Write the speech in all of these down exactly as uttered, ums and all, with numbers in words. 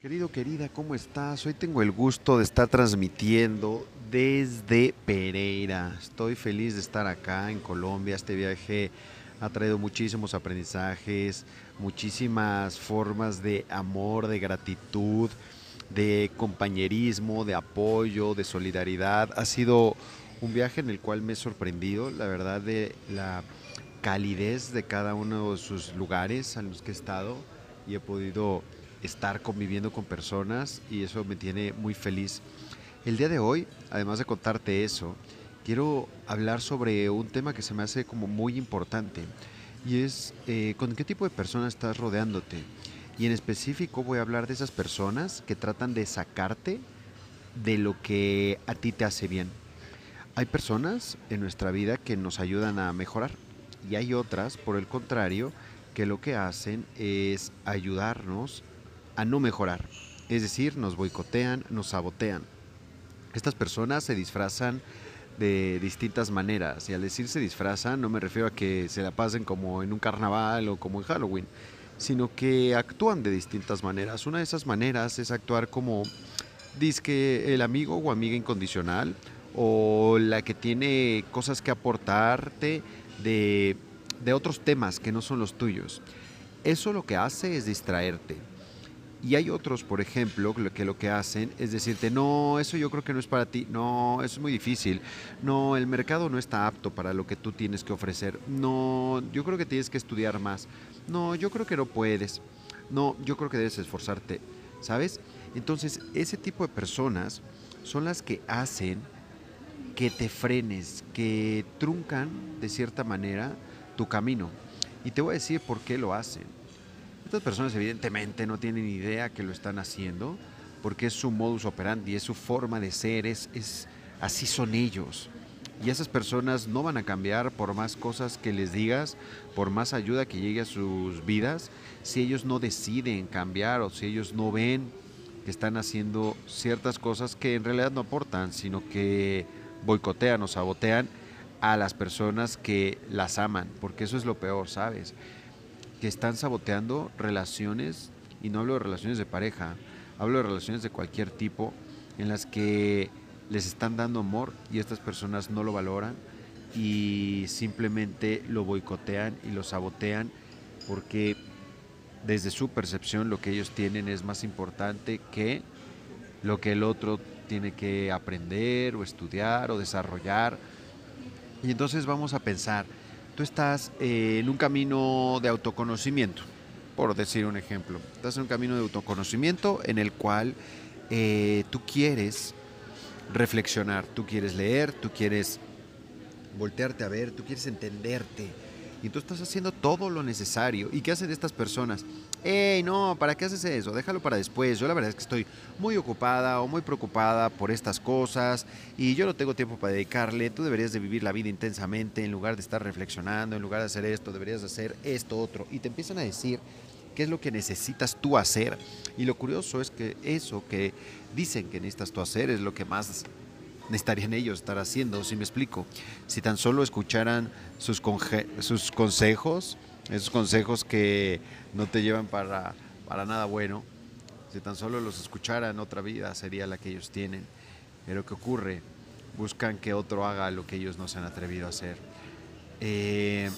Querido, querida, ¿cómo estás? Hoy tengo el gusto de estar transmitiendo desde Pereira. Estoy feliz de estar acá en Colombia. Este viaje ha traído muchísimos aprendizajes, muchísimas formas de amor, de gratitud, de compañerismo, de apoyo, de solidaridad. Ha sido un viaje en el cual me he sorprendido, la verdad, de la calidez de cada uno de sus lugares en los que he estado y he podido estar conviviendo con personas y eso me tiene muy feliz. El día de hoy, además de contarte eso, quiero hablar sobre un tema que se me hace como muy importante y es eh, con qué tipo de personas estás rodeándote. Y en específico voy a hablar de esas personas que tratan de sacarte de lo que a ti te hace bien. Hay personas en nuestra vida que nos ayudan a mejorar y hay otras, por el contrario, que lo que hacen es ayudarnos a no mejorar. Es decir, nos boicotean, nos sabotean. Estas personas se disfrazan de distintas maneras y al decir se disfrazan no me refiero a que se la pasen como en un carnaval o como en Halloween, sino que actúan de distintas maneras. Una de esas maneras es actuar como disque el amigo o amiga incondicional o la que tiene cosas que aportarte de, de otros temas que no son los tuyos. Eso lo que hace es distraerte. Y hay otros, por ejemplo, que lo que hacen es decirte, no, eso yo creo que no es para ti, no, eso es muy difícil, no, el mercado no está apto para lo que tú tienes que ofrecer, no, yo creo que tienes que estudiar más, no, yo creo que no puedes, no, yo creo que debes esforzarte, ¿sabes? Entonces, ese tipo de personas son las que hacen que te frenes, que truncan de cierta manera tu camino. Y te voy a decir por qué lo hacen. Estas personas evidentemente no tienen idea que lo están haciendo, porque es su modus operandi, es su forma de ser, es, es así son ellos. Y esas personas no van a cambiar por más cosas que les digas, por más ayuda que llegue a sus vidas, si ellos no deciden cambiar o si ellos no ven que están haciendo ciertas cosas que en realidad no aportan, sino que boicotean o sabotean a las personas que las aman, porque eso es lo peor, ¿sabes? Que están saboteando relaciones, y no hablo de relaciones de pareja, hablo de relaciones de cualquier tipo, en las que les están dando amor y estas personas no lo valoran y simplemente lo boicotean y lo sabotean porque desde su percepción lo que ellos tienen es más importante que lo que el otro tiene que aprender o estudiar o desarrollar. Y entonces vamos a pensar, tú estás eh, en un camino de autoconocimiento, por decir un ejemplo. Estás en un camino de autoconocimiento en el cual eh, tú quieres reflexionar, tú quieres leer, tú quieres voltearte a ver, tú quieres entenderte. Y tú estás haciendo todo lo necesario. ¿Y qué hacen estas personas? ¡Ey, no! ¿Para qué haces eso? Déjalo para después. Yo la verdad es que estoy muy ocupada o muy preocupada por estas cosas y yo no tengo tiempo para dedicarle. Tú deberías de vivir la vida intensamente en lugar de estar reflexionando, en lugar de hacer esto, deberías de hacer esto otro. Y te empiezan a decir qué es lo que necesitas tú hacer. Y lo curioso es que eso que dicen que necesitas tú hacer es lo que más necesitarían ellos estar haciendo, si me explico. Si tan solo escucharan sus, conge sus consejos, esos consejos que no te llevan para, para nada bueno, si tan solo los escucharan, otra vida sería la que ellos tienen. Pero ¿qué ocurre? Buscan que otro haga lo que ellos no se han atrevido a hacer. Eh,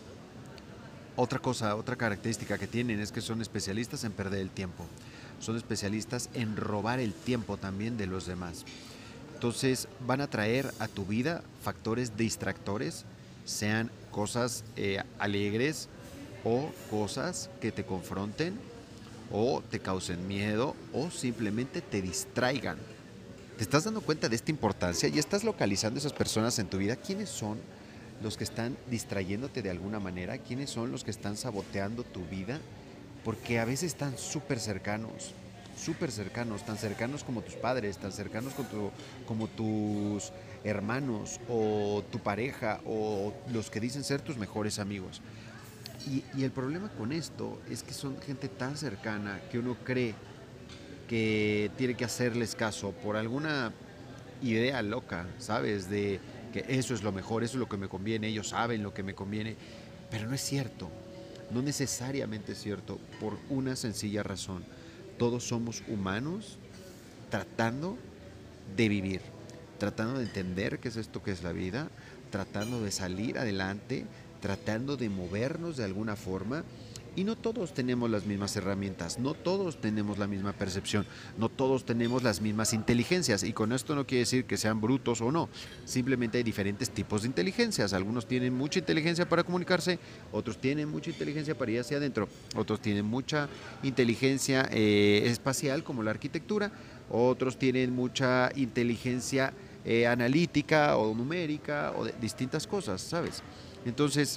Otra cosa, otra característica que tienen es que son especialistas en perder el tiempo. Son especialistas en robar el tiempo también de los demás. Entonces van a traer a tu vida factores distractores, sean cosas eh, alegres o cosas que te confronten o te causen miedo o simplemente te distraigan. ¿Te estás dando cuenta de esta importancia? ¿Y estás localizando esas personas en tu vida? ¿Quiénes son los que están distrayéndote de alguna manera? ¿Quiénes son los que están saboteando tu vida? Porque a veces están súper cercanos, súper cercanos, tan cercanos como tus padres, tan cercanos como, tu, como tus hermanos o tu pareja o los que dicen ser tus mejores amigos. Y, y el problema con esto es que son gente tan cercana que uno cree que tiene que hacerles caso por alguna idea loca, ¿sabes? De que eso es lo mejor, eso es lo que me conviene, ellos saben lo que me conviene, pero no es cierto, no necesariamente es cierto, por una sencilla razón. Todos somos humanos tratando de vivir, tratando de entender qué es esto que es la vida, tratando de salir adelante, tratando de movernos de alguna forma. Y no todos tenemos las mismas herramientas, no todos tenemos la misma percepción, no todos tenemos las mismas inteligencias. Y con esto no quiere decir que sean brutos o no, simplemente hay diferentes tipos de inteligencias. Algunos tienen mucha inteligencia para comunicarse, otros tienen mucha inteligencia para ir hacia adentro, otros tienen mucha inteligencia eh, espacial como la arquitectura, otros tienen mucha inteligencia eh, analítica o numérica o de distintas cosas, ¿sabes? Entonces,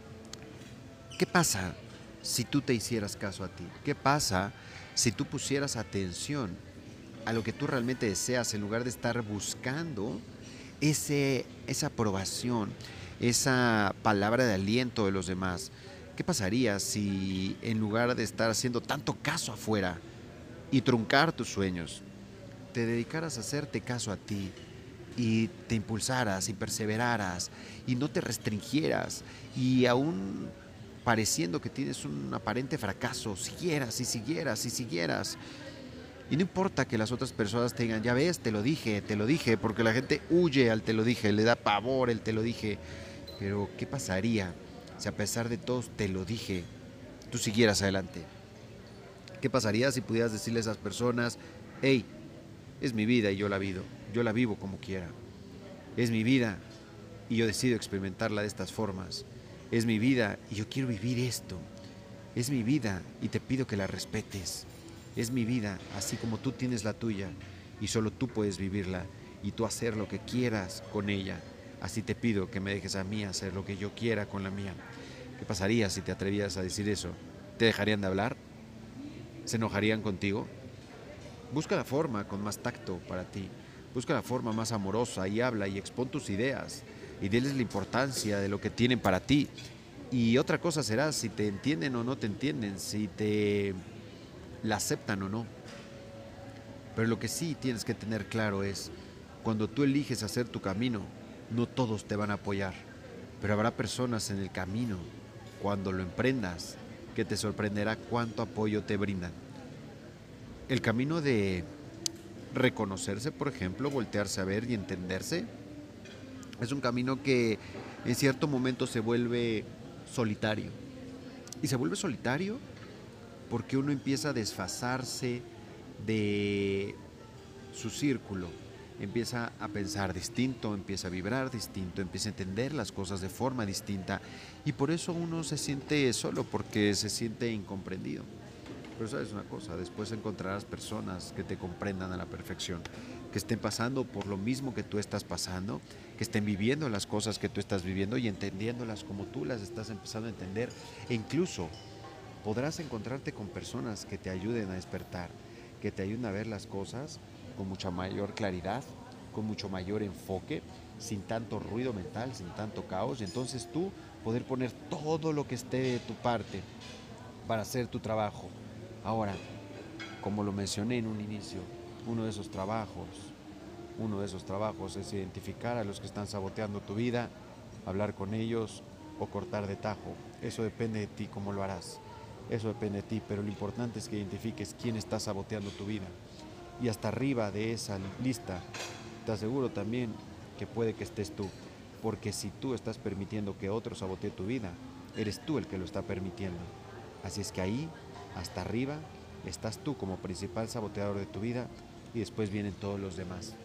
¿qué pasa si tú te hicieras caso a ti? ¿Qué pasa si tú pusieras atención a lo que tú realmente deseas en lugar de estar buscando ese, esa aprobación, esa palabra de aliento de los demás? ¿Qué pasaría si en lugar de estar haciendo tanto caso afuera y truncar tus sueños, te dedicaras a hacerte caso a ti y te impulsaras y perseveraras y no te restringieras y aún pareciendo que tienes un aparente fracaso, siguieras y siguieras y siguieras? Y no importa que las otras personas te digan, ya ves, te lo dije, te lo dije, porque la gente huye al te lo dije, le da pavor el te lo dije. Pero ¿qué pasaría si a pesar de todos te lo dije, tú siguieras adelante? ¿Qué pasaría si pudieras decirle a esas personas, hey, es mi vida y yo la vivo, yo la vivo como quiera? Es mi vida y yo decido experimentarla de estas formas. Es mi vida y yo quiero vivir esto. Es mi vida y te pido que la respetes. Es mi vida así como tú tienes la tuya y solo tú puedes vivirla y tú hacer lo que quieras con ella. Así te pido que me dejes a mí hacer lo que yo quiera con la mía. ¿Qué pasaría si te atrevías a decir eso? ¿Te dejarían de hablar? ¿Se enojarían contigo? Busca la forma con más tacto para ti. Busca la forma más amorosa y habla y expón tus ideas y diles la importancia de lo que tienen para ti. Y otra cosa será si te entienden o no te entienden, si te la aceptan o no. Pero lo que sí tienes que tener claro es, cuando tú eliges hacer tu camino, no todos te van a apoyar, pero habrá personas en el camino, cuando lo emprendas, que te sorprenderá cuánto apoyo te brindan. El camino de reconocerse, por ejemplo, voltearse a ver y entenderse, es un camino que en cierto momento se vuelve solitario. Y se vuelve solitario porque uno empieza a desfasarse de su círculo, empieza a pensar distinto, empieza a vibrar distinto, empieza a entender las cosas de forma distinta y por eso uno se siente solo, porque se siente incomprendido. Pero sabes una cosa, después encontrarás personas que te comprendan a la perfección, que estén pasando por lo mismo que tú estás pasando, que estén viviendo las cosas que tú estás viviendo y entendiéndolas como tú las estás empezando a entender. E incluso podrás encontrarte con personas que te ayuden a despertar, que te ayuden a ver las cosas con mucha mayor claridad, con mucho mayor enfoque, sin tanto ruido mental, sin tanto caos, y entonces tú poder poner todo lo que esté de tu parte para hacer tu trabajo. Ahora, como lo mencioné en un inicio, uno de esos trabajos, uno de esos trabajos es identificar a los que están saboteando tu vida, hablar con ellos o cortar de tajo. Eso depende de ti, cómo lo harás. Eso depende de ti, pero lo importante es que identifiques quién está saboteando tu vida. Y hasta arriba de esa lista, te aseguro también que puede que estés tú, porque si tú estás permitiendo que otro sabotee tu vida, eres tú el que lo está permitiendo. Así es que ahí, hasta arriba, estás tú como principal saboteador de tu vida y después vienen todos los demás.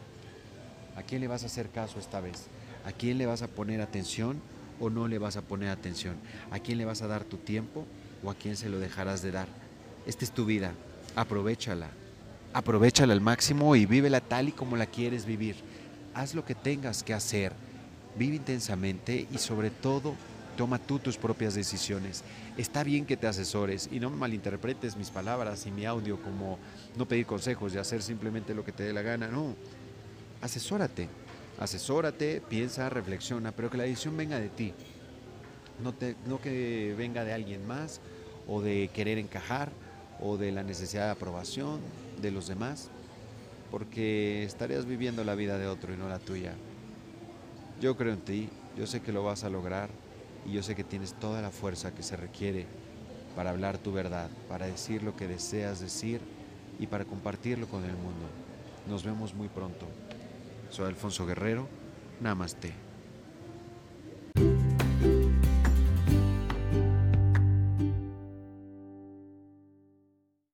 ¿A quién le vas a hacer caso esta vez? ¿A quién le vas a poner atención o no le vas a poner atención? ¿A quién le vas a dar tu tiempo o a quién se lo dejarás de dar? Esta es tu vida, aprovéchala. Aprovéchala al máximo y vívela tal y como la quieres vivir. Haz lo que tengas que hacer, vive intensamente y sobre todo toma tú tus propias decisiones. Está bien que te asesores y no me malinterpretes mis palabras y mi audio como no pedir consejos y hacer simplemente lo que te dé la gana, no. Asesórate, asesórate, piensa, reflexiona, pero que la decisión venga de ti, no, te, no que venga de alguien más o de querer encajar o de la necesidad de aprobación de los demás, porque estarías viviendo la vida de otro y no la tuya. Yo creo en ti, yo sé que lo vas a lograr y yo sé que tienes toda la fuerza que se requiere para hablar tu verdad, para decir lo que deseas decir y para compartirlo con el mundo. Nos vemos muy pronto. Soy Alfonso Guerrero. Namaste.